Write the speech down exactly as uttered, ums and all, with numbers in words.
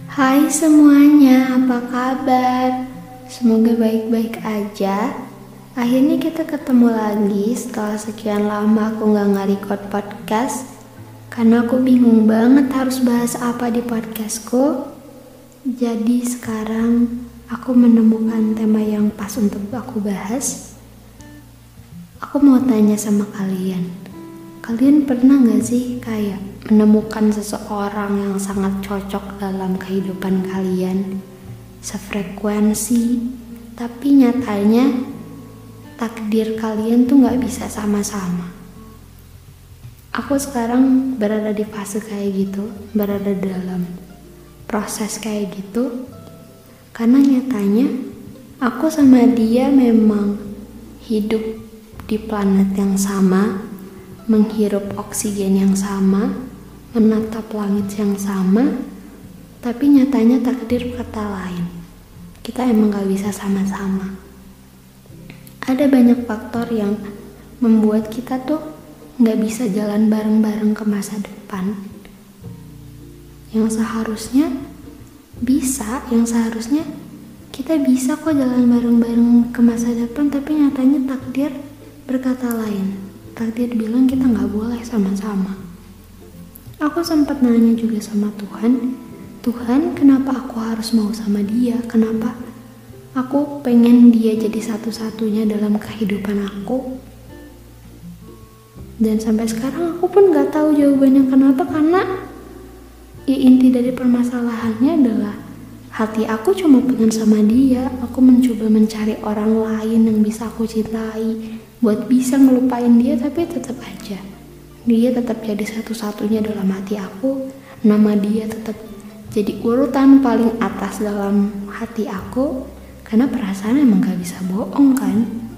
Hai semuanya, apa kabar? Semoga baik-baik aja. Akhirnya kita ketemu lagi setelah sekian lama aku gak nge-record podcast. Karena aku bingung banget harus bahas apa di podcastku. Jadi sekarang aku menemukan tema yang pas untuk aku bahas. Aku mau tanya sama kalian. Kalian pernah gak sih kayak menemukan seseorang yang sangat cocok dalam kehidupan kalian, sefrekuensi, tapi nyatanya takdir kalian tuh gak bisa sama-sama? Aku sekarang berada di fase kayak gitu, berada dalam proses kayak gitu, karena nyatanya aku sama dia memang hidup di planet yang sama, menghirup oksigen yang sama, menatap langit yang sama, tapi nyatanya takdir berkata lain. Kita emang gak bisa sama-sama. Ada banyak faktor yang membuat kita tuh gak bisa jalan bareng-bareng ke masa depan. Yang seharusnya bisa, yang seharusnya kita bisa kok jalan bareng-bareng ke masa depan, tapi nyatanya takdir berkata lain. Takdir bilang kita gak boleh sama-sama. Aku sempat nanya juga sama Tuhan, Tuhan kenapa aku harus mau sama dia? Kenapa aku pengen dia jadi satu-satunya dalam kehidupan aku? Dan sampai sekarang aku pun gak tahu jawabannya kenapa, karena ya inti dari permasalahannya adalah hati aku cuma pengen sama dia. Aku mencoba mencari orang lain yang bisa aku cintai buat bisa ngelupain dia, tapi tetap aja dia tetap jadi satu-satunya dalam hati aku. Nama dia tetap jadi urutan paling atas dalam hati aku, karena perasaan emang gak bisa bohong kan.